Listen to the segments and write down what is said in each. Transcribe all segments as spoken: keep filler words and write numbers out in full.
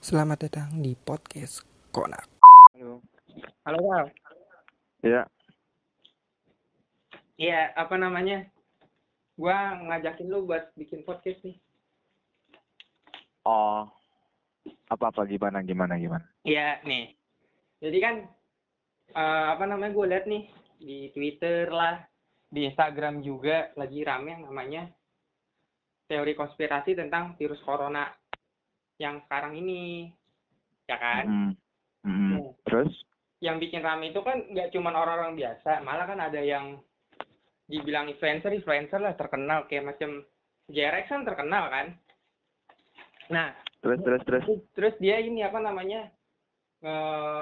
Selamat datang di podcast Konak. Halo. Halo Sal. Ya. Iya, apa namanya? Gua ngajakin lu buat bikin podcast nih. Oh. Apa-apa gimana gimana gimana? Iya, nih. Jadi kan eh, apa namanya? Gue lihat nih di Twitter lah, di Instagram juga lagi rame yang namanya teori konspirasi tentang virus corona yang sekarang ini, ya kan? Mm-hmm. Mm-hmm. Nah, Terus? yang bikin rame itu kan nggak cuma orang-orang biasa, malah kan ada yang dibilang influencer, influencer lah terkenal kayak macam J R X kan terkenal kan. Nah, terus terus terus terus dia ini apa namanya nge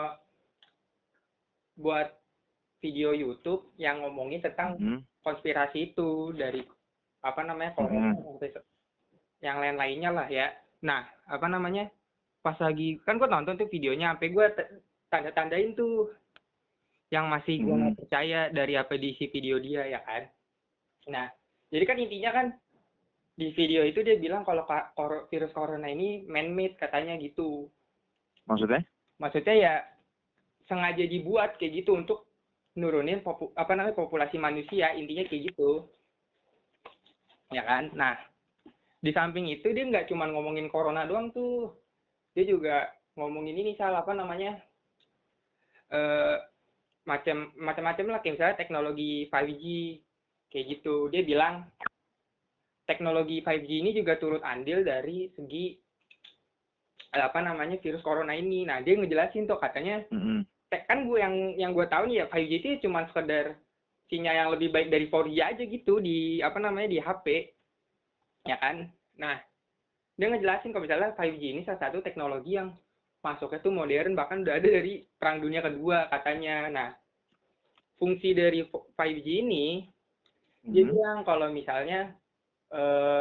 buat video YouTube yang ngomongin tentang mm-hmm. konspirasi itu dari apa namanya corona mm-hmm. yang lain-lainnya lah ya. Nah, apa namanya pas lagi kan gue nonton tuh videonya sampai gue t- tanda-tandain tuh yang masih gue nggak mm-hmm. percaya dari apa diisi video dia ya kan. Nah, jadi kan intinya kan di video itu dia bilang kalau ka- kor- virus corona ini man-made katanya gitu. Maksudnya? Maksudnya ya sengaja dibuat kayak gitu untuk nurunin popu, apa namanya populasi manusia, intinya kayak gitu. Ya kan? Nah, di samping itu dia nggak cuma ngomongin corona doang tuh. Dia juga ngomongin ini salah apa namanya? Eh macam macam-macam lah kayak misalnya teknologi lima G kayak gitu. Dia bilang teknologi lima G ini juga turut andil dari segi apa namanya virus corona ini. Nah, dia ngejelasin tuh katanya mm-hmm. kan gue yang yang gue tahu nih ya lima G itu cuma sekedar sinyal yang lebih baik dari empat G aja gitu di apa namanya di H P. Ya kan? Nah, dia ngejelasin kalau misalnya lima G ini salah satu teknologi yang masuknya tuh modern bahkan udah ada dari Perang Dunia Kedua katanya. Nah, fungsi dari lima G ini mm-hmm. dia bilang kalau misalnya eh,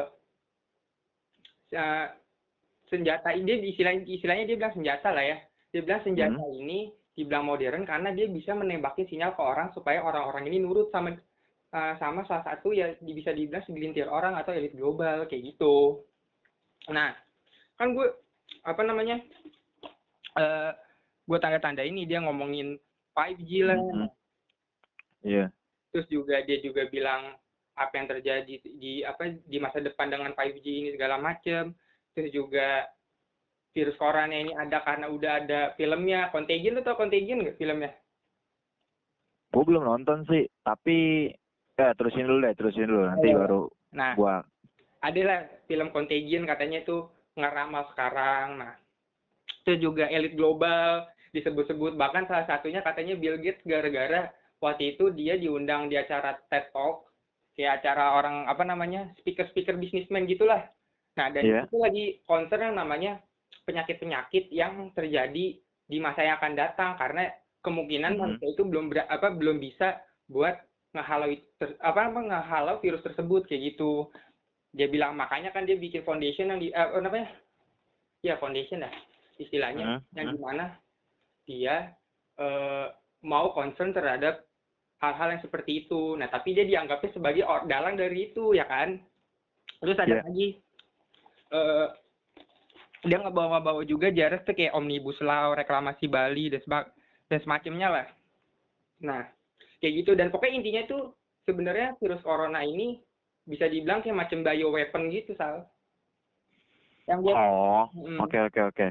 uh, senjata ini istilahnya istilahnya dia bilang senjata lah ya. Dia bilang senjata mm-hmm. ini dibilang modern karena dia bisa menembakin sinyal ke orang supaya orang-orang ini nurut sama uh, sama salah satu ya bisa dibilang segelintir orang atau elit global kayak gitu. Nah, kan gue apa namanya uh, gue tanda-tanda ini dia ngomongin lima G lah. Mm-hmm. Yeah. Terus juga dia juga bilang apa yang terjadi di apa di masa depan dengan lima G ini segala macam. Terus juga virus corona ini ada karena udah ada filmnya Contagion. Lu tau Contagion nggak filmnya? Gue belum nonton sih, tapi ya terusin dulu deh, terusin dulu nanti oh. baru nah, gua. Ada lah film Contagion katanya tuh ngeramal sekarang. Nah, itu juga elit global disebut-sebut bahkan salah satunya katanya Bill Gates gara-gara waktu itu dia diundang di acara TED Talk kayak acara orang apa namanya speaker-speaker bisnismen gitulah. Nah, dan yeah. itu lagi konser yang namanya penyakit-penyakit yang terjadi di masa yang akan datang karena kemungkinan mm-hmm. manusia itu belum ber, apa belum bisa buat ngehalau ter, apa ngehalau virus tersebut kayak gitu. Dia bilang makanya kan dia bikin foundation yang di eh, apa namanya? Ya foundation lah istilahnya mm-hmm. yang dimana dia eh, mau concern terhadap hal-hal yang seperti itu. Nah, tapi dia dianggapnya sebagai dalang dari itu ya kan. Terus ada yeah. lagi eh dia ngebawa-bawa juga jarak tuh kayak omnibus law, reklamasi Bali dan, seba- dan semacamnya lah. Nah, kayak gitu dan pokoknya intinya tuh sebenarnya virus corona ini bisa dibilang kayak macam bioweapon gitu, Sal. Yang dia Oh, oke oke oke.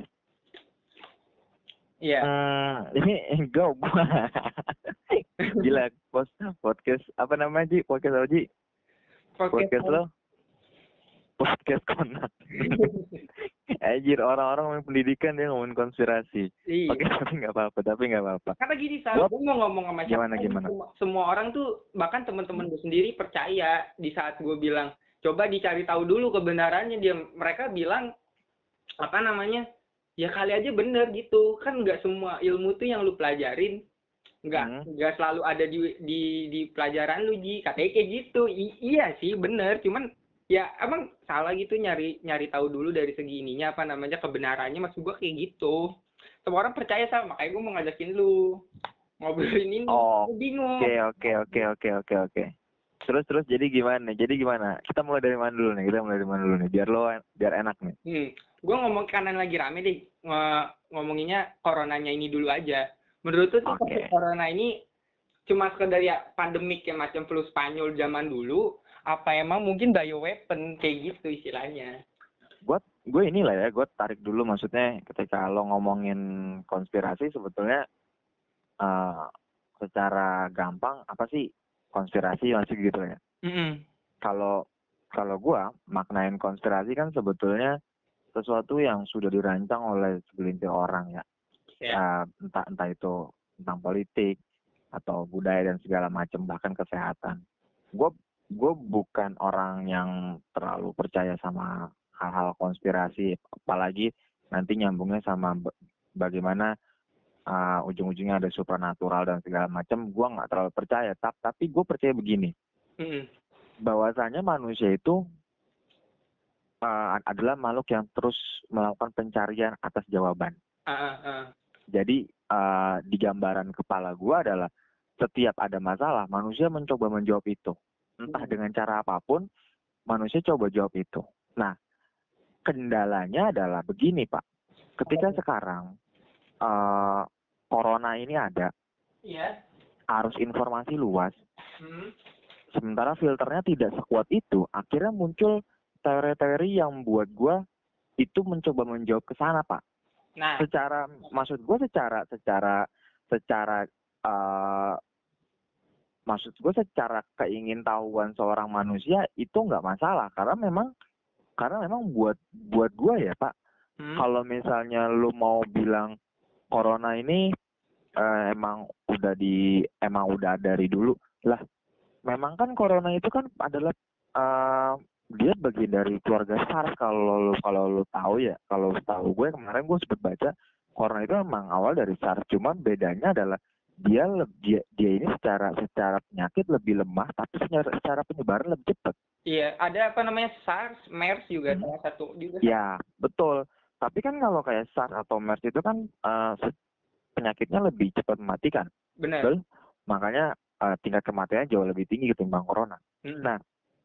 Iya. Ini enggak gua. Gila, post podcast apa namanya, Ji? Podcast apa, Ji? Podcast, podcast lo? Podcast Konak. Anjir, orang-orang ngomongin pendidikan dia ngomongin konspirasi. Iya. Oke, tapi nggak apa-apa, tapi nggak apa-apa. Karena gini, Sal, gue mau ngomong sama siapa, gimana, gimana? Semua, semua orang tuh, bahkan teman-teman gue sendiri percaya di saat gue bilang, coba dicari tahu dulu kebenarannya. Dia mereka bilang, apa namanya, ya kali aja bener gitu. Kan nggak semua ilmu tuh yang lu pelajarin, nggak nggak hmm. selalu ada di, di, di pelajaran lu, Ji. Katanya kayak gitu. I- iya sih, bener. Cuman, ya emang salah gitu nyari nyari tahu dulu dari segi ininya apa namanya kebenarannya. Maksud gue kayak gitu semua orang percaya sama makanya gue mau ngajakin lu ngobrolin ini. Oh, gue bingung. Oke oke oke oke oke oke terus terus jadi gimana jadi gimana kita mulai dari mana dulu nih kita mulai dari mana dulu nih biar lo biar enak nih. hmm. gue ngomong kanan lagi rame deh, Nge- ngomonginnya coronanya ini dulu aja. Menurut tuh tuh Oke. corona ini cuma sekedar ya pandemik yang macam flu Spanyol zaman dulu, apa emang mungkin bioweapon kayak gitu istilahnya? Gue gue inilah ya, gue tarik dulu maksudnya ketika lo ngomongin konspirasi sebetulnya eh, secara gampang apa sih konspirasi masih gitu ya. Mm-mm. Kalau kalau gue maknain konspirasi kan sebetulnya sesuatu yang sudah dirancang oleh segelintir orang ya. Ya. Eh, entah entah itu tentang politik atau budaya dan segala macam bahkan kesehatan. Gue gue bukan orang yang terlalu percaya sama hal-hal konspirasi, apalagi nanti nyambungnya sama ba- bagaimana uh, ujung-ujungnya ada supernatural dan segala macam. Gue nggak terlalu percaya, tap, tapi gue percaya begini, Mm-mm. bahwasanya manusia itu uh, adalah makhluk yang terus melakukan pencarian atas jawaban. Ah, ah, ah. Jadi uh, di gambaran kepala gue adalah setiap ada masalah, manusia mencoba menjawab itu. Entah Hmm. dengan cara apapun, manusia coba jawab itu. Nah, kendalanya adalah begini, Pak. Ketika Apa? sekarang uh, corona ini ada, Iya. arus informasi luas, Hmm. sementara filternya tidak sekuat itu, akhirnya muncul teori-teori yang buat gue itu mencoba menjawab ke sana, Pak. Nah, Secara, maksud gue secara, secara, secara, uh, maksud gue secara keingintahuan seorang manusia itu nggak masalah, karena memang, karena memang buat, buat gue ya, Pak. hmm. Kalau misalnya lu mau bilang corona ini eh, emang udah di emang udah dari dulu lah, memang kan corona itu kan adalah eh, dia bagian dari keluarga SARS. Kalau lu kalau lu tahu ya, kalau tahu gue kemarin gue sempet baca corona itu emang awal dari SARS, cuman bedanya adalah dia leb- dia, dia ini secara secara penyakit lebih lemah, tapi secara, secara penyebaran lebih cepat. Iya, ada apa namanya SARS, MERS juga Hmm. salah satu juga. Ya, betul. Tapi kan kalau kayak SARS atau MERS itu kan eh, se- penyakitnya lebih cepat mematikan. Benar. Betul? Makanya eh, tingkat kematiannya jauh lebih tinggi ketimbang corona. Hmm. Nah,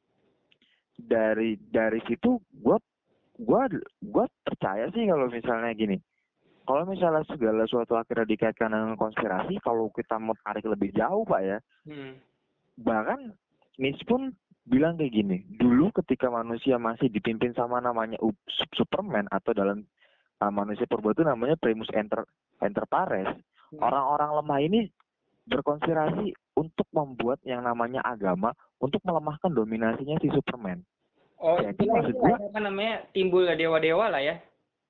dari dari situ gue gua gua percaya sih kalau misalnya gini. Kalau misalnya segala sesuatu akhirnya dikaitkan dengan konspirasi, kalau kita mau tarik lebih jauh, Pak ya, Hmm. bahkan Nietzsche pun bilang kayak gini, dulu ketika manusia masih dipimpin sama namanya U- Superman atau dalam uh, manusia purba itu namanya primus inter inter pares, Hmm. orang-orang lemah ini berkonspirasi untuk membuat yang namanya agama untuk melemahkan dominasinya si Superman. Oh, Jadi itulah maksud itulah gua, apa namanya timbul dewa-dewa lah ya.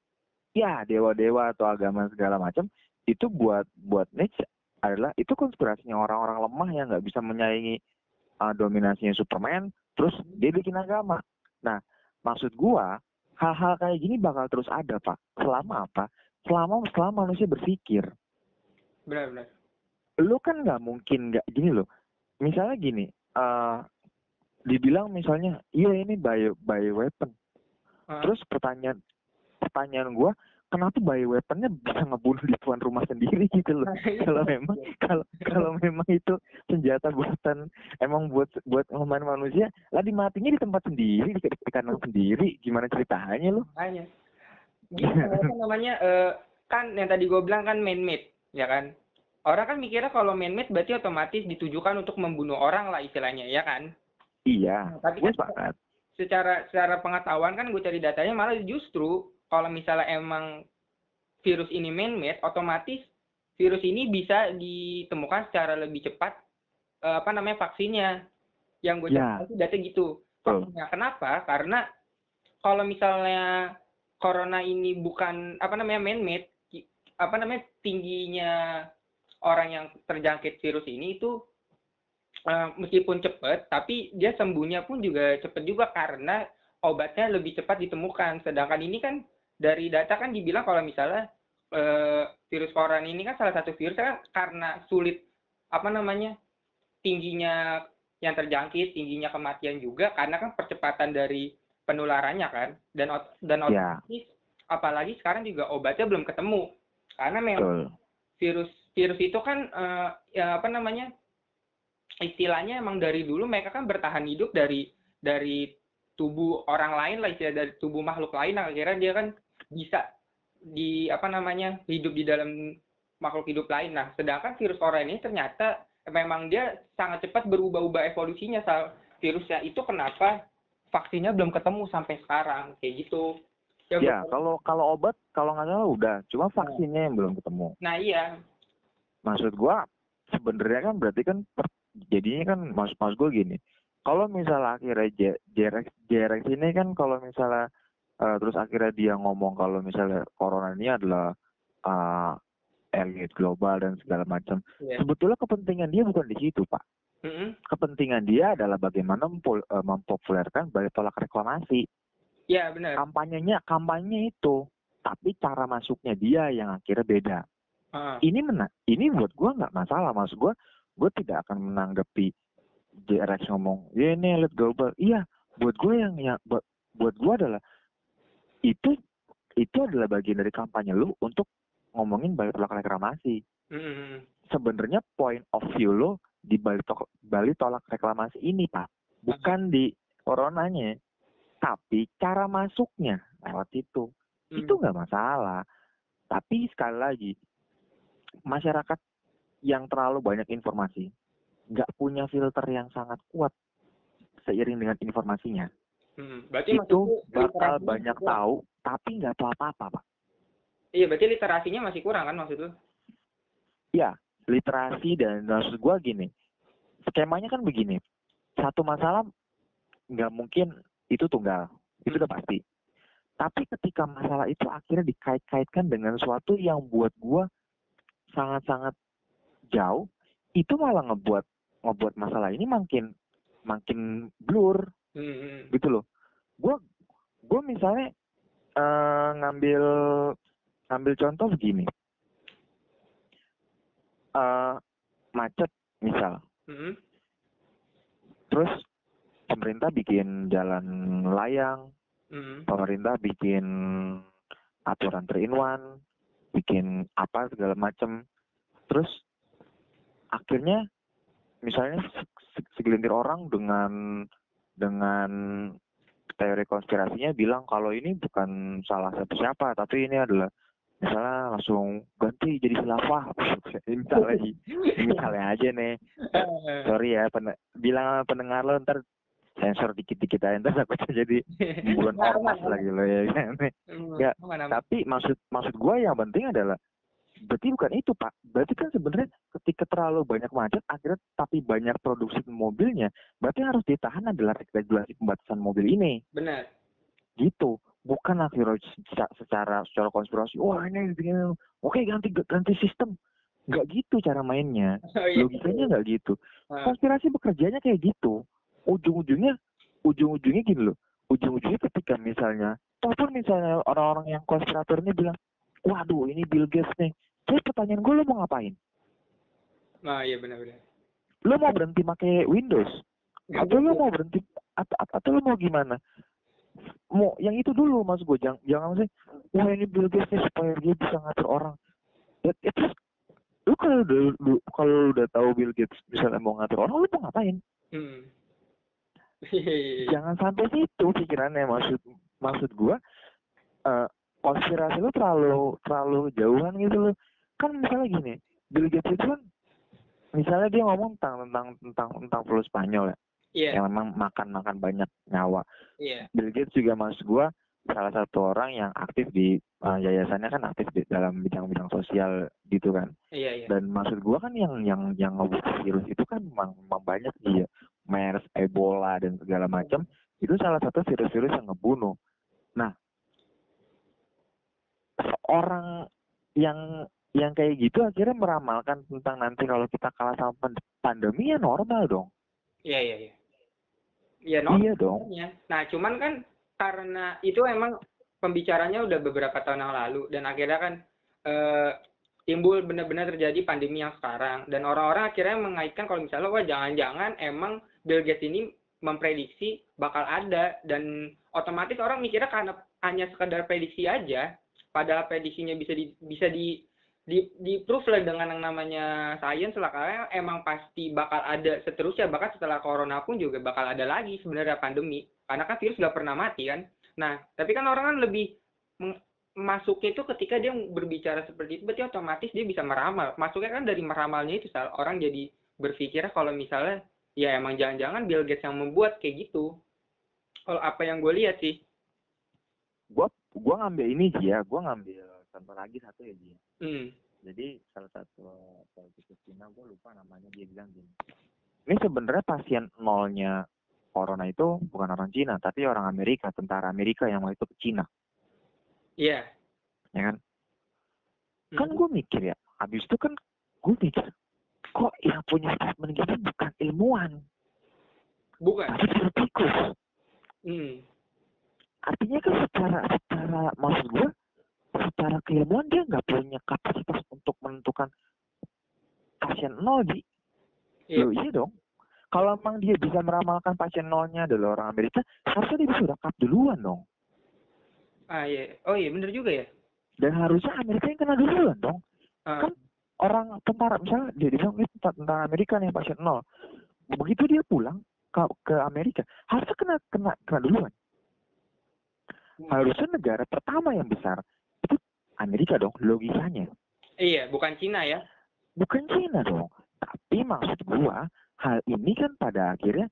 ya dewa-dewa atau agama segala macam itu buat buat Nietzsche adalah itu konspirasinya orang-orang lemah yang nggak bisa menyaingi uh, dominasinya Superman, terus dia bikin agama. Nah, maksud gua hal-hal kayak gini bakal terus ada, Pak. Selama apa? Selama selama manusia berpikir. Benar-benar. Lu kan nggak mungkin nggak gini loh. Misalnya gini, uh, dibilang misalnya, iya ini bio bio weapon. Ah. Terus pertanyaan pertanyaan gua, kenapa bio weaponnya bisa ngebunuh di tuan rumah sendiri gitu loh? Kalau memang kalau kalau memang itu senjata buatan emang buat buat ngemain manusia, lah dimatinya di tempat sendiri, di, di kandang sendiri, gimana ceritanya lu? Makanya. Gitu apa namanya eh, kan yang tadi gue bilang kan man-made, ya kan? Orang kan mikirnya kalau man-made berarti otomatis ditujukan untuk membunuh orang lah istilahnya, ya kan? Iya, Nah, tapi gue kan sepakat. secara secara pengetahuan kan gue cari datanya malah justru kalau misalnya emang virus ini man-made, otomatis virus ini bisa ditemukan secara lebih cepat eh, apa namanya vaksinnya. Yang gue Ya, cari data gitu. betul. Vaksinnya. Kenapa? Karena kalau misalnya corona ini bukan apa namanya man-made, ki- apa namanya tingginya orang yang terjangkit virus ini itu eh, meskipun cepat, tapi dia sembuhnya pun juga cepat juga karena obatnya lebih cepat ditemukan. Sedangkan ini kan dari data kan dibilang kalau misalnya eh, virus corona ini kan salah satu virus kan karena sulit apa namanya tingginya yang terjangkit, tingginya kematian juga karena kan percepatan dari penularannya kan dan ot- dan Ya, otomatis apalagi sekarang juga obatnya belum ketemu karena memang betul. virus virus itu kan eh, ya apa namanya istilahnya emang dari dulu mereka kan bertahan hidup dari dari tubuh orang lain lah istilah dari tubuh makhluk lain akhirnya dia kan bisa di apa namanya hidup di dalam makhluk hidup lain. Nah, sedangkan virus corona ini ternyata memang dia sangat cepat berubah-ubah evolusinya. Sal virusnya itu kenapa vaksinnya belum ketemu sampai sekarang kayak gitu. Ya, Ya, beberapa- kalau kalau obat kalau nggak salah udah, cuma vaksinnya yang belum ketemu. nah iya, Maksud gua sebenarnya kan berarti kan per- jadinya kan mas mas gua gini. Kalau misalnya akhirnya J- J-Rex J-Rex ini kan kalau misalnya eh, terus akhirnya dia ngomong kalau misalnya corona ini adalah eh, elit global dan segala macam. iya. Sebetulnya kepentingan dia bukan di situ, Pak. Mm-mm. Kepentingan dia adalah bagaimana mempol- eh, mempopulerkan balik tolak reklamasi. Iya benar. Kampanyenya, kampanye itu. Tapi cara masuknya dia yang akhirnya beda. Ah, Ini mena ini buat gua nggak masalah. Maksud gua, gua tidak akan menanggapi J-Rex ngomong, ya ini elit global. Iya, buat gue yang yang buat, buat gue adalah itu itu adalah bagian dari kampanye lu untuk ngomongin balik tolak reklamasi. mm-mm. Sebenarnya point of view lo di balik to- balik tolak reklamasi ini, Pak, bukan di coronanya, tapi cara masuknya lewat itu. Mm. Itu nggak masalah. Tapi sekali lagi, masyarakat yang terlalu banyak informasi nggak punya filter yang sangat kuat seiring dengan informasinya. Mm. Berarti Itu maksudku bakal literasinya banyak masih kurang. tahu, tapi nggak tahu apa-apa, Pak. Iya, berarti literasinya masih kurang kan maksud lu? Ya, literasi dan maksud gua gini, skemanya kan begini. Satu masalah nggak mungkin itu tunggal, itu udah pasti. Tapi ketika masalah itu akhirnya dikait-kaitkan dengan sesuatu yang buat gua sangat-sangat jauh, itu malah ngebuat ngebuat masalah ini makin makin blur Mm-mm. gitu loh. Gua gua misalnya eh, ngambil ngambil contoh begini. Eh, macet misal. Mm-mm. Terus pemerintah bikin jalan layang, Mm-mm. pemerintah bikin aturan three in one, bikin apa segala macem. Terus akhirnya misalnya se- se- segelintir orang dengan dengan teori konspirasinya bilang kalau ini bukan salah satu siapa, tapi ini adalah misalnya langsung ganti jadi khilafah. misalnya misalnya aja nih, sorry ya pen- bilang sama pendengar lo ntar sensor dikit-dikit aja ntar takutnya jadi bulan ormas lagi lo ya kan. Ya, tapi maksud maksud gue yang penting adalah berarti bukan itu, Pak. Berarti kan sebenarnya ketika terlalu banyak macet akhirnya tapi banyak produksi mobilnya, berarti harus ditahan adalah regulasi pembatasan mobil ini. Benar. Gitu. Bukan akhirnya secara secara, secara konspirasi, wah ini begini, oke ganti ganti sistem. Nggak gitu cara mainnya. Oh, iya. Logikanya nggak gitu. Ah, Konspirasi bekerjanya kayak gitu. Ujung-ujungnya ujung-ujungnya gini loh. Ujung-ujungnya ketika misalnya, ataupun misalnya orang-orang yang konspirator ini bilang, waduh ini Bill Gates nih. Terus pertanyaan gue, lo mau ngapain? ah, iya benar-benar. Lo mau berhenti pakai Windows? Atau lo mau berhenti atau, atau lo mau gimana? Mau yang itu dulu mas gue, jangan jangan sih, wah ini Bill Gates nih supaya dia bisa ngatur orang. Ya, ya terus lu kalau udah lu- kalau lu udah tahu Bill Gates misalnya mau ngatur orang, lu mau ngapain? Hmm. Jangan sampai situ pikirannya. Maksud maksud gue, eh, konspirasi lu terlalu terlalu jauhan gitu loh. Kan misalnya gini, Bill Gates itu kan misalnya dia ngomong tentang tentang tentang tentang flu Spanyol ya, Iya, yang memang makan makan banyak nyawa. iya. Bill Gates juga maksud gue salah satu orang yang aktif di uh, yayasannya kan aktif di dalam bidang-bidang sosial gitu kan. Iya, iya. Dan maksud gue kan yang yang yang ngebuat virus itu kan memang, memang banyak dia, MERS, Ebola dan segala macam. Itu salah satu virus-virus yang ngebunuh. Nah, orang yang yang kayak gitu akhirnya meramalkan tentang nanti kalau kita kalah sama pand- pandemi ya normal dong. Iya, iya, iya. Iya, no. Iya dong. Sebenarnya. Nah, cuman kan karena itu emang pembicaranya udah beberapa tahun yang lalu dan akhirnya kan eh, timbul benar-benar terjadi pandemi yang sekarang dan orang-orang akhirnya mengaitkan kalau misalnya wah jangan-jangan emang Bill Gates ini memprediksi bakal ada dan otomatis orang mikirnya karena hanya sekedar prediksi aja padahal prediksinya bisa di bisa di di di proof lah dengan yang namanya sains lah karena emang pasti bakal ada seterusnya bahkan setelah corona pun juga bakal ada lagi sebenarnya pandemi karena kan virus nggak pernah mati kan. Nah tapi kan orang kan lebih meng- masuknya itu ketika dia berbicara seperti itu, berarti otomatis dia bisa meramal. Masuknya kan dari meramalnya itu, Sal. Orang jadi berpikir kalau misalnya, ya emang jangan-jangan Bill Gates yang membuat kayak gitu. Kalau apa yang gue lihat sih. Gua gua ngambil ini Ji ya, gua ngambil contoh lagi satu ya Ji. Hmm. Jadi salah satu politikus Cina, gue lupa namanya, dia bilang gini, ini sebenarnya pasien nolnya corona itu bukan orang Cina, tapi orang Amerika, tentara Amerika yang waktu itu ke Cina. Iya. Yeah. Ya kan? Hmm. Kan gue mikir ya, habis itu kan gue mikir, kok yang punya statement gini bukan ilmuwan, Bukan. tapi politikus. Hmm. Artinya kan secara secara maksud gue, secara keilmuan dia nggak punya kapasitas untuk menentukan pasien nol Ji. Iya. Loh iya dong. Kalau emang dia bisa meramalkan pasien nolnya adalah orang Amerika, harusnya dia bisa udah cut duluan dong. Ah iya. Oh iya bener juga ya. Dan harusnya Amerika yang kena duluan dong. Ah. Kan orang tentara, misalnya dia bilang ini tentara Amerika nih pasien nol. Begitu dia pulang ke ke Amerika, harusnya kena kena kena duluan. Harusnya negara pertama yang besar itu Amerika dong, logikanya. Iya, bukan Cina ya. Bukan Cina dong. Tapi maksud gua, hal ini kan pada akhirnya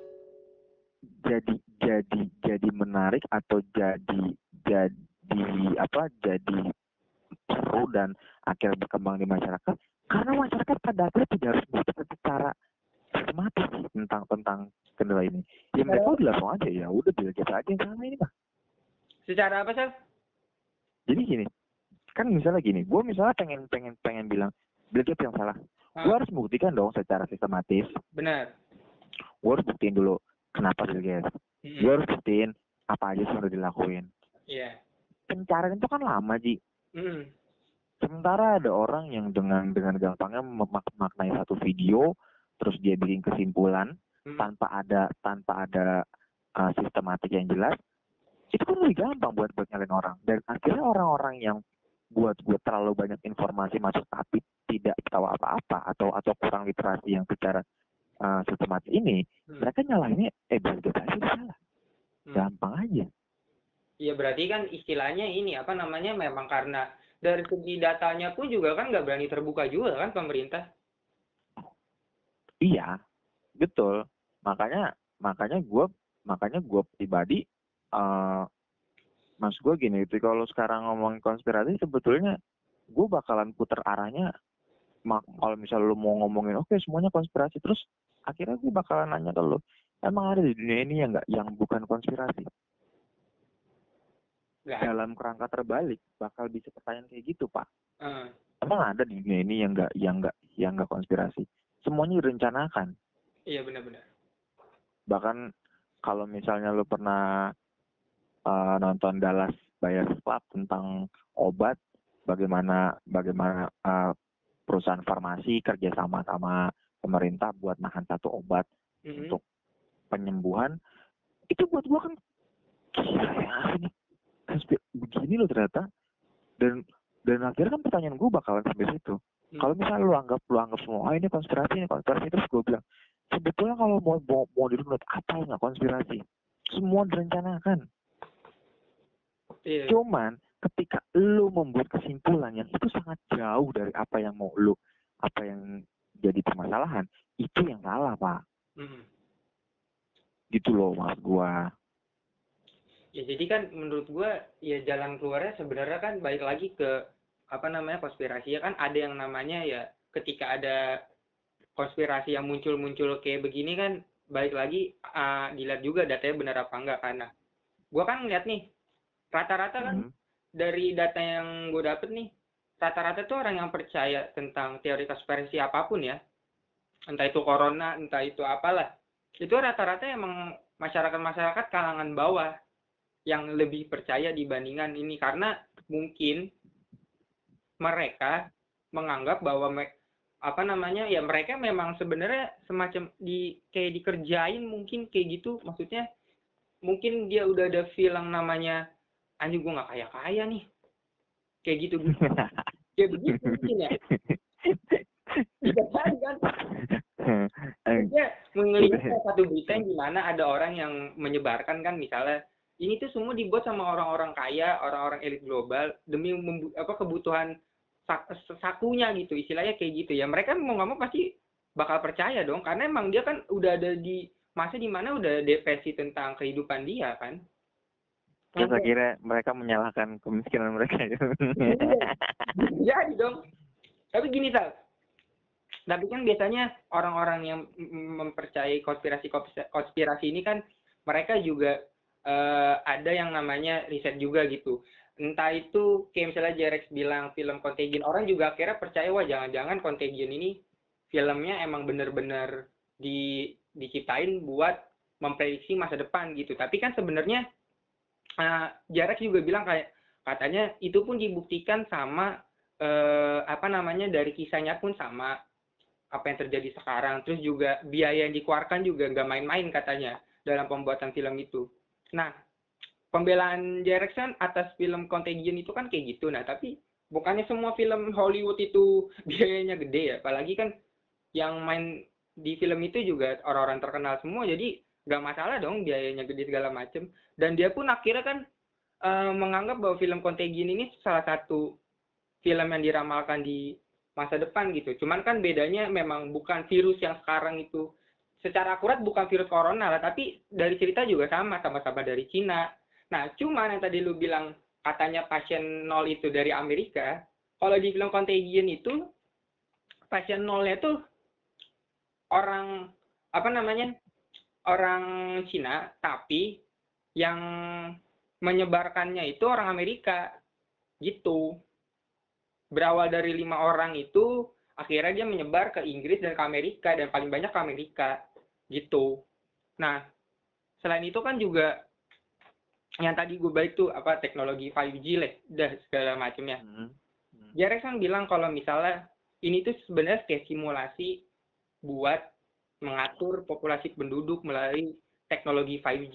jadi jadi jadi menarik atau jadi jadi apa jadi seru dan akhirnya berkembang di masyarakat karena masyarakat pada akhirnya tidak harus berpikir secara sistematis tentang tentang kendala ini. Ya mereka udah langsung aja ya udah biasa aja yang salah ini mah. Secara apa sih? Jadi gini, kan misalnya gini, gue misalnya pengen pengen pengen bilang Bill Gates yang salah, Ah. gue harus buktikan dong secara sistematis. Benar. Gue harus buktiin dulu kenapa Bill Gates. Hmm. Gue harus buktiin apa aja sih yang udah dilakuin. Iya. Pencarian itu kan lama Ji. Hmm. Sementara ada orang yang dengan dengan gampangnya memaknai satu video, terus dia bikin kesimpulan Hmm. tanpa ada tanpa ada uh, sistematik yang jelas. Itu kan lebih gampang buat buat nyalain orang. Dan akhirnya orang-orang yang buat buat terlalu banyak informasi masuk tapi tidak tahu apa-apa atau atau kurang literasi yang secara uh, sistematis ini, Hmm. mereka nyalahinnya eh Bill Gates aja salah. Hmm. Gampang aja. Iya berarti kan istilahnya ini apa namanya memang karena dari segi datanya pun juga kan nggak berani terbuka juga kan pemerintah. Iya, betul. Makanya makanya gue makanya gue pribadi uh, mas gue gini itu kalau sekarang ngomongin konspirasi sebetulnya gue bakalan puter arahnya mak kalau misal lu mau ngomongin oke okay, semuanya konspirasi terus akhirnya gue bakalan nanya ke lu emang ada di dunia ini yang nggak yang bukan konspirasi. Gak. Dalam kerangka terbalik bakal bisa pertanyaan kayak gitu pak. Uh. Emang ada di dunia ini yang nggak yang nggak yang nggak konspirasi? Semuanya direncanakan. Iya benar-benar. Bahkan kalau misalnya lu pernah uh, nonton Dallas Buyers Club tentang obat, bagaimana bagaimana uh, perusahaan farmasi kerjasama sama pemerintah buat nahan satu obat mm-hmm. untuk penyembuhan, itu buat gua kan gila ya ini begini loh ternyata. Dan dan akhirnya kan pertanyaan gua bakalan sampai situ. Hmm. Kalau misalnya lu anggap lu anggap semua ah ini konspirasi ini konspirasi terus gua bilang sebetulnya kalau mau mau, mau dirunut apa yang nggak konspirasi, semua direncanakan. Yeah. Cuman ketika lu membuat kesimpulan yang itu sangat jauh dari apa yang mau lu apa yang jadi permasalahan, itu yang salah pak. Hmm. Gitu loh mas gua. Ya jadi kan menurut gua ya jalan keluarnya sebenarnya kan balik lagi ke apa namanya konspirasi ya kan ada yang namanya ya ketika ada konspirasi yang muncul-muncul kayak begini kan balik lagi uh, dilihat juga datanya benar apa enggak karena gua kan ngeliat nih rata-rata kan hmm. dari data yang gue dapet nih rata-rata tuh orang yang percaya tentang teori konspirasi apapun ya entah itu corona entah itu apalah itu rata-rata emang masyarakat-masyarakat kalangan bawah yang lebih percaya dibandingkan ini karena mungkin mereka menganggap bahwa me- apa namanya ya mereka memang sebenarnya semacam di kayak dikerjain mungkin kayak gitu maksudnya mungkin dia udah ada feel yang namanya anjing gue nggak kaya kaya nih kayak gitu gitu kayak begitu mungkin ya bisa cari kan dia melihat satu berita yang dimana ada orang yang menyebarkan kan misalnya ini tuh semua dibuat sama orang-orang kaya, orang-orang elit global demi membu- apa kebutuhan sak- sakunya gitu, istilahnya kayak gitu ya. Mereka mau nggak mau pasti bakal percaya dong, karena emang dia kan udah ada di masa dimana udah depresi tentang kehidupan dia kan. Terus Sampai akhirnya mereka menyalahkan kemiskinan mereka. jadi dong. Tapi gini Sal, tapi kan biasanya orang-orang yang m- mempercayai konspirasi konspirasi ini kan mereka juga eh, ada yang namanya riset juga gitu. Entah itu kayak misalnya Jerex bilang film Contagion, orang juga akhirnya percaya wah jangan-jangan Contagion ini filmnya emang bener-bener di diciptain buat memprediksi masa depan gitu. Tapi kan sebenarnya uh, Jerex juga bilang kayak katanya itu pun dibuktikan sama eh, apa namanya dari kisahnya pun sama apa yang terjadi sekarang. Terus juga biaya yang dikeluarkan juga nggak main-main katanya dalam pembuatan film itu. Nah, pembelaan Jackson atas film Contagion itu kan kayak gitu. Nah, tapi bukannya semua film Hollywood itu biayanya gede ya? Apalagi kan yang main di film itu juga orang-orang terkenal semua. Jadi nggak masalah dong biayanya gede segala macem. Dan dia pun akhirnya kan uh, menganggap bahwa film Contagion ini salah satu film yang diramalkan di masa depan gitu. Cuman kan bedanya memang bukan virus yang sekarang itu secara akurat bukan virus corona lah, tapi dari cerita juga sama, sama-sama dari Cina. Nah, cuman yang tadi lu bilang katanya pasien nol itu dari Amerika, kalau di film Contagion itu pasien nolnya tuh orang apa namanya orang Cina, tapi yang menyebarkannya itu orang Amerika gitu. Berawal dari lima orang itu akhirnya dia menyebar ke Inggris dan ke Amerika dan paling banyak ke Amerika gitu. Nah selain itu kan juga yang tadi gue balik tuh apa teknologi lima G lah dah segala macamnya. Hmm. Hmm. Jarex kan bilang kalau misalnya ini tuh sebenarnya kayak simulasi buat mengatur populasi penduduk melalui teknologi lima G.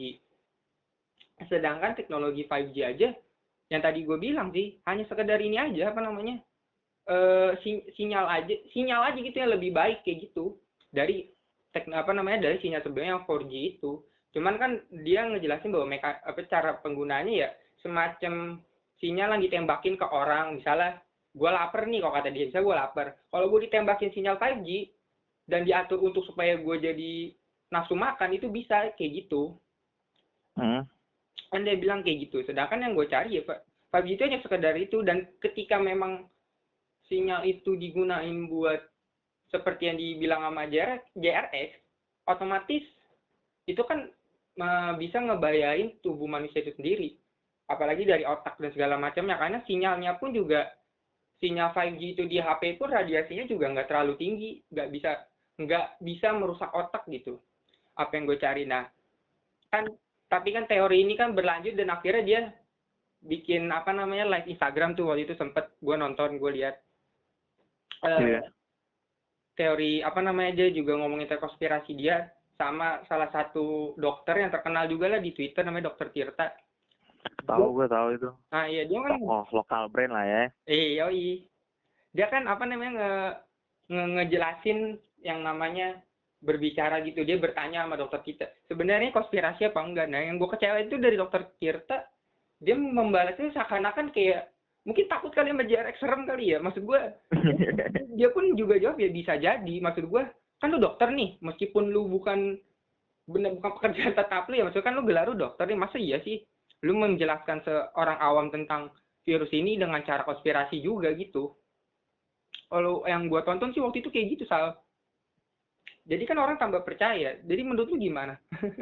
Sedangkan teknologi lima G aja yang tadi gue bilang sih hanya sekedar ini aja apa namanya uh, sinyal aja sinyal aja gitu yang lebih baik kayak gitu dari tek, apa namanya dari sinyal sebelumnya yang empat G itu. Cuman kan dia ngejelasin bahwa meka, apa cara penggunaannya ya semacam sinyal yang ditembakin ke orang, misalnya gue lapar nih kalau kata dia, misalnya gue lapar, kalau gue ditembakin sinyal lima G dan diatur untuk supaya gue jadi nafsu makan itu bisa kayak gitu. Hmm. Kan dia bilang kayak gitu. Sedangkan yang gue cari ya Pak lima G itu hanya sekedar itu, dan ketika memang sinyal itu digunain buat seperti yang dibilang sama J R X, otomatis itu kan uh, bisa ngebayain tubuh manusia itu sendiri. Apalagi dari otak dan segala macamnya, karena sinyalnya pun juga sinyal lima G itu di H P pun radiasinya juga nggak terlalu tinggi, nggak bisa nggak bisa merusak otak gitu. Apa yang gue cari. Nah, kan tapi kan teori ini kan berlanjut dan akhirnya dia bikin apa namanya live Instagram tuh waktu itu sempet gue nonton, gue lihat uh, yeah. teori apa namanya dia juga ngomongin tentang konspirasi dia sama salah satu dokter yang terkenal juga lah di Twitter namanya Dokter Tirta. Tahu gue tahu itu. Nah iya dia kan oh lokal brand lah ya. Eh yoi. Dia kan apa namanya nge, nge ngejelasin yang namanya berbicara gitu, dia bertanya sama dokter kita sebenarnya konspirasi apa enggak. Nah yang gue kecewa itu dari Dokter Tirta, dia membalasnya seakan-akan kayak mungkin takut kali sama J R X, serem kali ya maksud gue. Dia pun juga jawab ya bisa jadi, maksud gue kan lu dokter nih, meskipun lu bukan bener bukan pekerjaan tetap lu ya, maksudnya kan lu gelar lu dokter nih, masa iya sih lu menjelaskan seorang awam tentang virus ini dengan cara konspirasi juga gitu. Kalau yang gue tonton sih waktu itu kayak gitu Sal. Jadi kan orang tambah percaya. Jadi menurut lu gimana?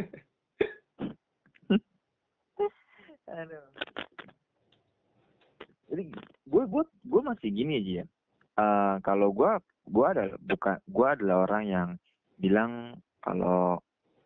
Aduh. Jadi gue gue gue masih gini aja ya. Uh, kalau gue gue adalah bukan gue adalah orang yang bilang kalau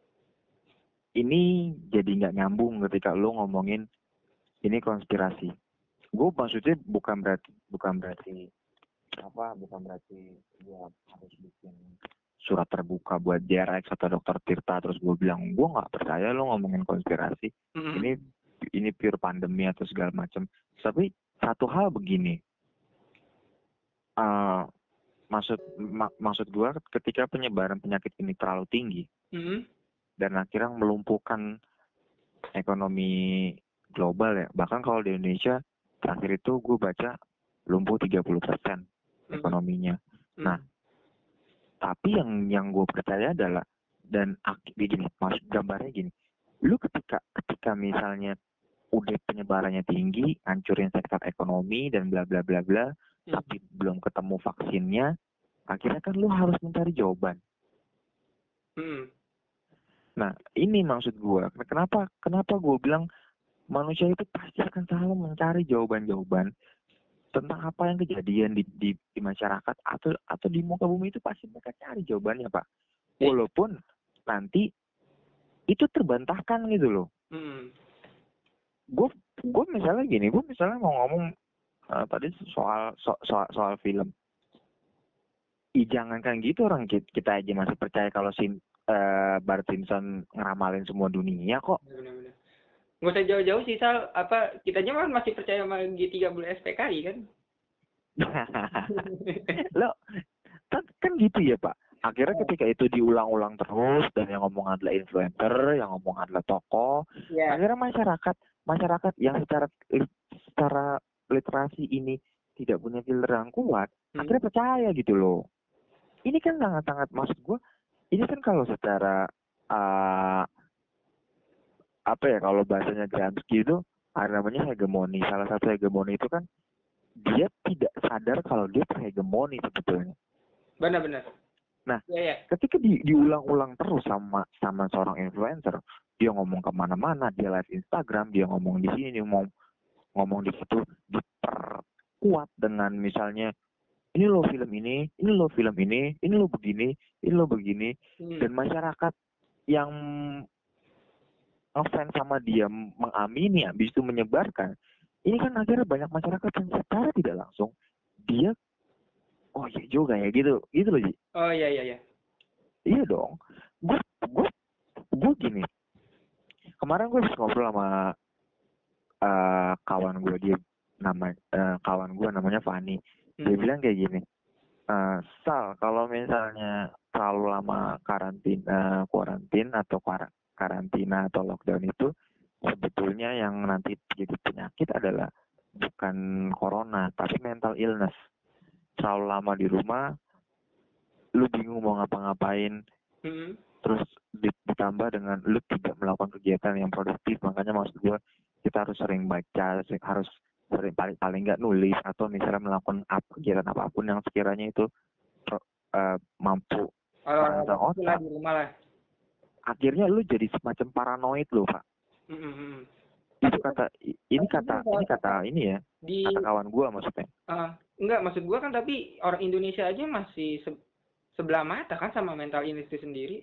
ini jadi nggak nyambung ketika lo ngomongin ini konspirasi. Gue maksudnya bukan berarti bukan berarti apa bukan berarti gue harus bikin surat terbuka buat J R X atau Dokter Tirta terus gue bilang gue nggak percaya lo ngomongin konspirasi. Mm-hmm. Ini ini pure pandemi atau segala macam. Tapi satu hal begini, uh, maksud mak, maksud gue ketika penyebaran penyakit ini terlalu tinggi mm-hmm. dan akhirnya melumpuhkan ekonomi global ya. Bahkan kalau di Indonesia terakhir itu gue baca lumpuh tiga puluh persen ekonominya. Hmm. Nah, tapi yang yang gue percaya adalah dan ak- gini, maksud gambarnya gini. Lu ketika ketika misalnya udah penyebarannya tinggi, hancurin sektor ekonomi dan bla bla bla bla, Hmm. tapi belum ketemu vaksinnya, akhirnya kan lu harus mencari jawaban. Hmm. Nah, ini maksud gue. Kenapa kenapa gue bilang manusia itu pasti akan selalu mencari jawaban-jawaban tentang apa yang kejadian di, di, di masyarakat atau atau di muka bumi itu pasti mereka cari jawabannya, Pak. Walaupun nanti itu terbantahkan gitu loh. Hmm. Gue gue misalnya gini, gue misalnya mau ngomong uh, tadi soal so, soal soal film. Ih, jangankan gitu orang kita, kita aja masih percaya kalau si uh, Bart Simpson ngeramalin semua dunia kok. Benar-benar. Nggak usah jauh-jauh sih, Sal. Apa, kita aja kan masih percaya sama G tiga puluh S P K I kan? Lo kan, kan gitu ya, Pak. Akhirnya ketika itu diulang-ulang terus dan yang ngomong adalah influencer, yang ngomong adalah tokoh, Ya. akhirnya masyarakat masyarakat yang secara secara literasi ini tidak punya filter yang kuat, Hmm. akhirnya percaya gitu loh. Ini kan sangat-sangat, maksud gue, ini kan kalau secara uh, apa ya, kalau bahasanya Gramsci itu ada namanya hegemoni. Salah satu hegemoni itu kan dia tidak sadar kalau dia terhegemoni sebetulnya. Benar-benar. Nah, ya, ya. ketika di, diulang-ulang terus sama sama seorang influencer, dia ngomong kemana-mana, dia live Instagram, dia ngomong di sini, dia ngomong ngomong di situ, diperkuat dengan misalnya ini lo film ini, ini lo film ini, ini lo begini, ini lo begini, Hmm. dan masyarakat yang ngefans sama dia mengamini, habis itu menyebarkan. Ini kan akhirnya banyak masyarakat yang secara tidak langsung dia, oh iya juga ya gitu, gitu loh Ji. Oh iya iya iya. Iya dong. Gue gue gue gini. Kemarin gue habis ngobrol sama uh, kawan gue, dia nama uh, kawan gue namanya Fani. Dia Hmm. bilang kayak gini. Uh, Sal, kalau misalnya terlalu lama karantina, kuarantin atau kar- karantina atau lockdown itu sebetulnya yang nanti jadi penyakit adalah bukan corona tapi mental illness. Terlalu lama di rumah, lu bingung mau ngapa-ngapain, Hmm. terus ditambah dengan lu tidak melakukan kegiatan yang produktif. Makanya maksud gue kita harus sering baca, harus sering paling paling nggak nulis atau misalnya melakukan apa, kegiatan apapun yang sekiranya itu uh, mampu merangsang otak. Di rumah lah. Akhirnya lu jadi semacam paranoid lo, Pak. Hmm. Itu kata ini kata ini kata ini ya di kata kawan gue maksudnya. Uh, enggak, maksud gua kan tapi orang Indonesia aja masih se sebelah mata kan sama mental illness itu sendiri.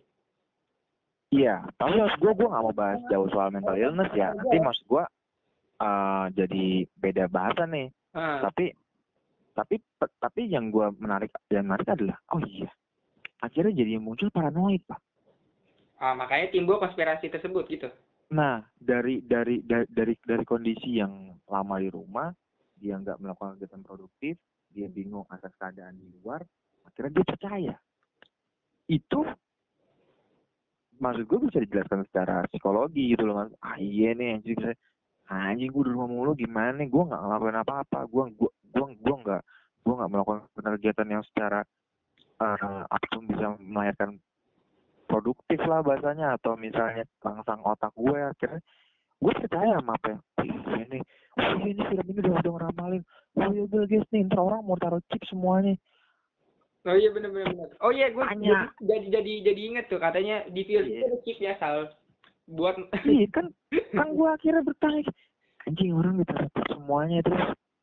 Iya, tapi maksud gue, gue nggak mau bahas jauh soal mental illness ya. Nanti maksud gue uh, jadi beda bahasa nih. Uh. Tapi tapi tapi yang gue menarik yang menarik adalah, oh iya, akhirnya jadi muncul paranoid, Pak. Ah, makanya timbul konspirasi tersebut gitu. Nah, dari dari dari dari, dari kondisi yang lama di rumah, dia nggak melakukan kegiatan produktif, dia bingung atas keadaan di luar, akhirnya dia percaya. Itu maksud gue bisa dijelaskan secara psikologi gitu loh, Mas. Ah iya nih anjing, saya anjing gue di rumah mulu gimana nih, gue nggak ngelakuin apa-apa, gue gue gue gue nggak gue nggak melakukan kegiatan yang secara uh, apapun bisa melahirkan produktif lah bahasanya, atau misalnya langsang otak gue. Akhirnya gue percaya sama apa yang oh, ini oh ini film ini udah udah ngeramalin, oh iya Bill Gates nih ntar orang mau taruh chip semuanya. Oh iya benar-benar. Oh iya gue Tanya. jadi jadi jadi inget tuh katanya di film itu ada chip ya Sal buat. Iya kan kan gue akhirnya bertanya, anjing orang ditaruh chip semuanya terus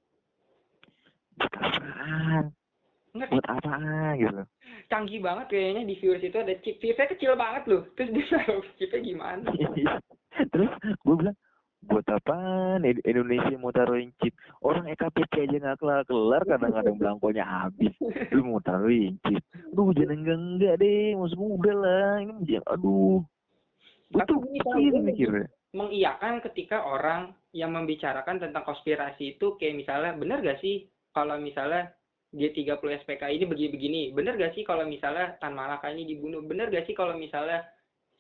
buat apaan? Nggak, buat apaan gitu. Canggih banget kayaknya di virus itu ada chip. Virusnya kecil banget loh. Terus dia taruh chipnya gimana? Terus gue bilang, buat apaan Indonesia mau taruhin chip? Orang E K T P aja nggak kelar-kelar, kadang-kadang belangkonya habis. Lu mau taruhin chip? Aduh, jangan enggak-enggak deh. Maksud gue udah lah. Ini jangan, aduh. Gue tuh gitu mikirnya. Mengiyakan ketika orang yang membicarakan tentang konspirasi itu kayak misalnya, benar gak sih kalau misalnya G tiga puluh S P K I ini begini-begini? Benar gak sih kalau misalnya Tan Malaka ini dibunuh? Benar gak sih kalau misalnya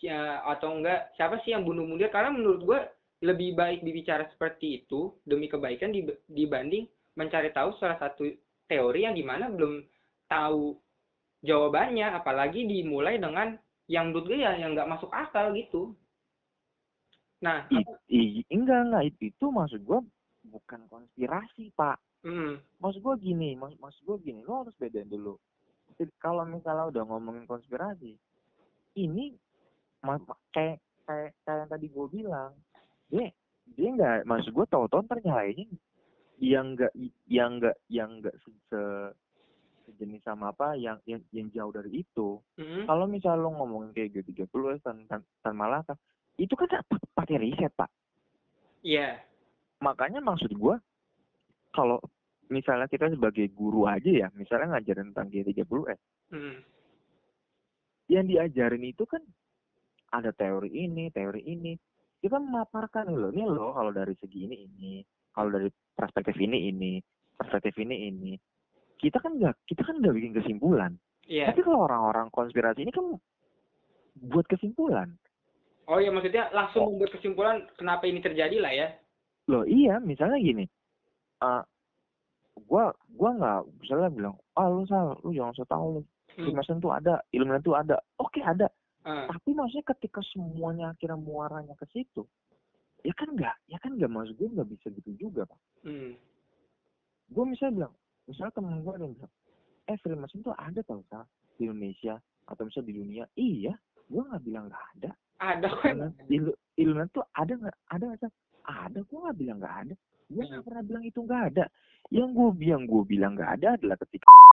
ya, atau enggak siapa sih yang bunuh munir, karena menurut gue lebih baik dibicara seperti itu demi kebaikan dib- dibanding mencari tahu salah satu teori yang dimana belum tahu jawabannya, apalagi dimulai dengan yang menurut gue ya yang nggak masuk akal gitu. Nah, I, apa? i- enggak enggak itu, itu maksud gue bukan konspirasi Pak. Hmm, Maksud gue gini, maksud, maksud gue gini, lo harus bedain dulu. Kalau misalnya udah ngomongin konspirasi, ini ma- ma- kayak kayak kayak yang tadi gue bilang, dia dia nggak, maksud gue tahu-tahu ntar nyalainnya yang nggak yang nggak yang nggak se, se- sejenis sama apa yang yang yang jauh dari itu. hmm, Kalau misalnya lo ngomongin kayak G tiga puluh Tan Tan Tan Malaka, itu kan pa- pakai riset Pak. iya, Makanya maksud gue, kalau misalnya kita sebagai guru aja ya, misalnya ngajarin tentang G tiga puluh S, hmm, yang diajarin itu kan ada teori ini, teori ini. Kita memaparkan loh, ini loh kalau dari segi ini ini, kalau dari perspektif ini ini, perspektif ini ini. Kita kan nggak, kita kan nggak bikin kesimpulan. iya. Tapi kalau orang-orang konspirasi ini kan buat kesimpulan. Oh ya, maksudnya langsung Oh, membuat kesimpulan kenapa ini terjadi lah ya. loh iya, misalnya gini, uh, gua gua nggak misalnya bilang, ah lu salah, lu jangan so tau lu, Hmm, Freemason tuh ada, Illuminati tuh ada, oke ada. ah, Tapi maksudnya ketika semuanya akhirnya muaranya ke situ, ya kan nggak, ya kan nggak, maksud gue nggak bisa gitu juga Pak. hmm. Gue misalnya bilang, misalnya temen gue ada yang bilang, eh Freemason tuh ada tau Sal, di Indonesia atau misalnya di dunia. Iya, gue nggak bilang nggak ada. Ada kok emang. Illuminati, Illu- Illuminati tuh ada nggak? Ada nggak Sal? Ada, gue nggak bilang nggak ada. Gue Hmm. nggak pernah bilang itu nggak ada. Yang gue yang gue bilang nggak ada adalah ketika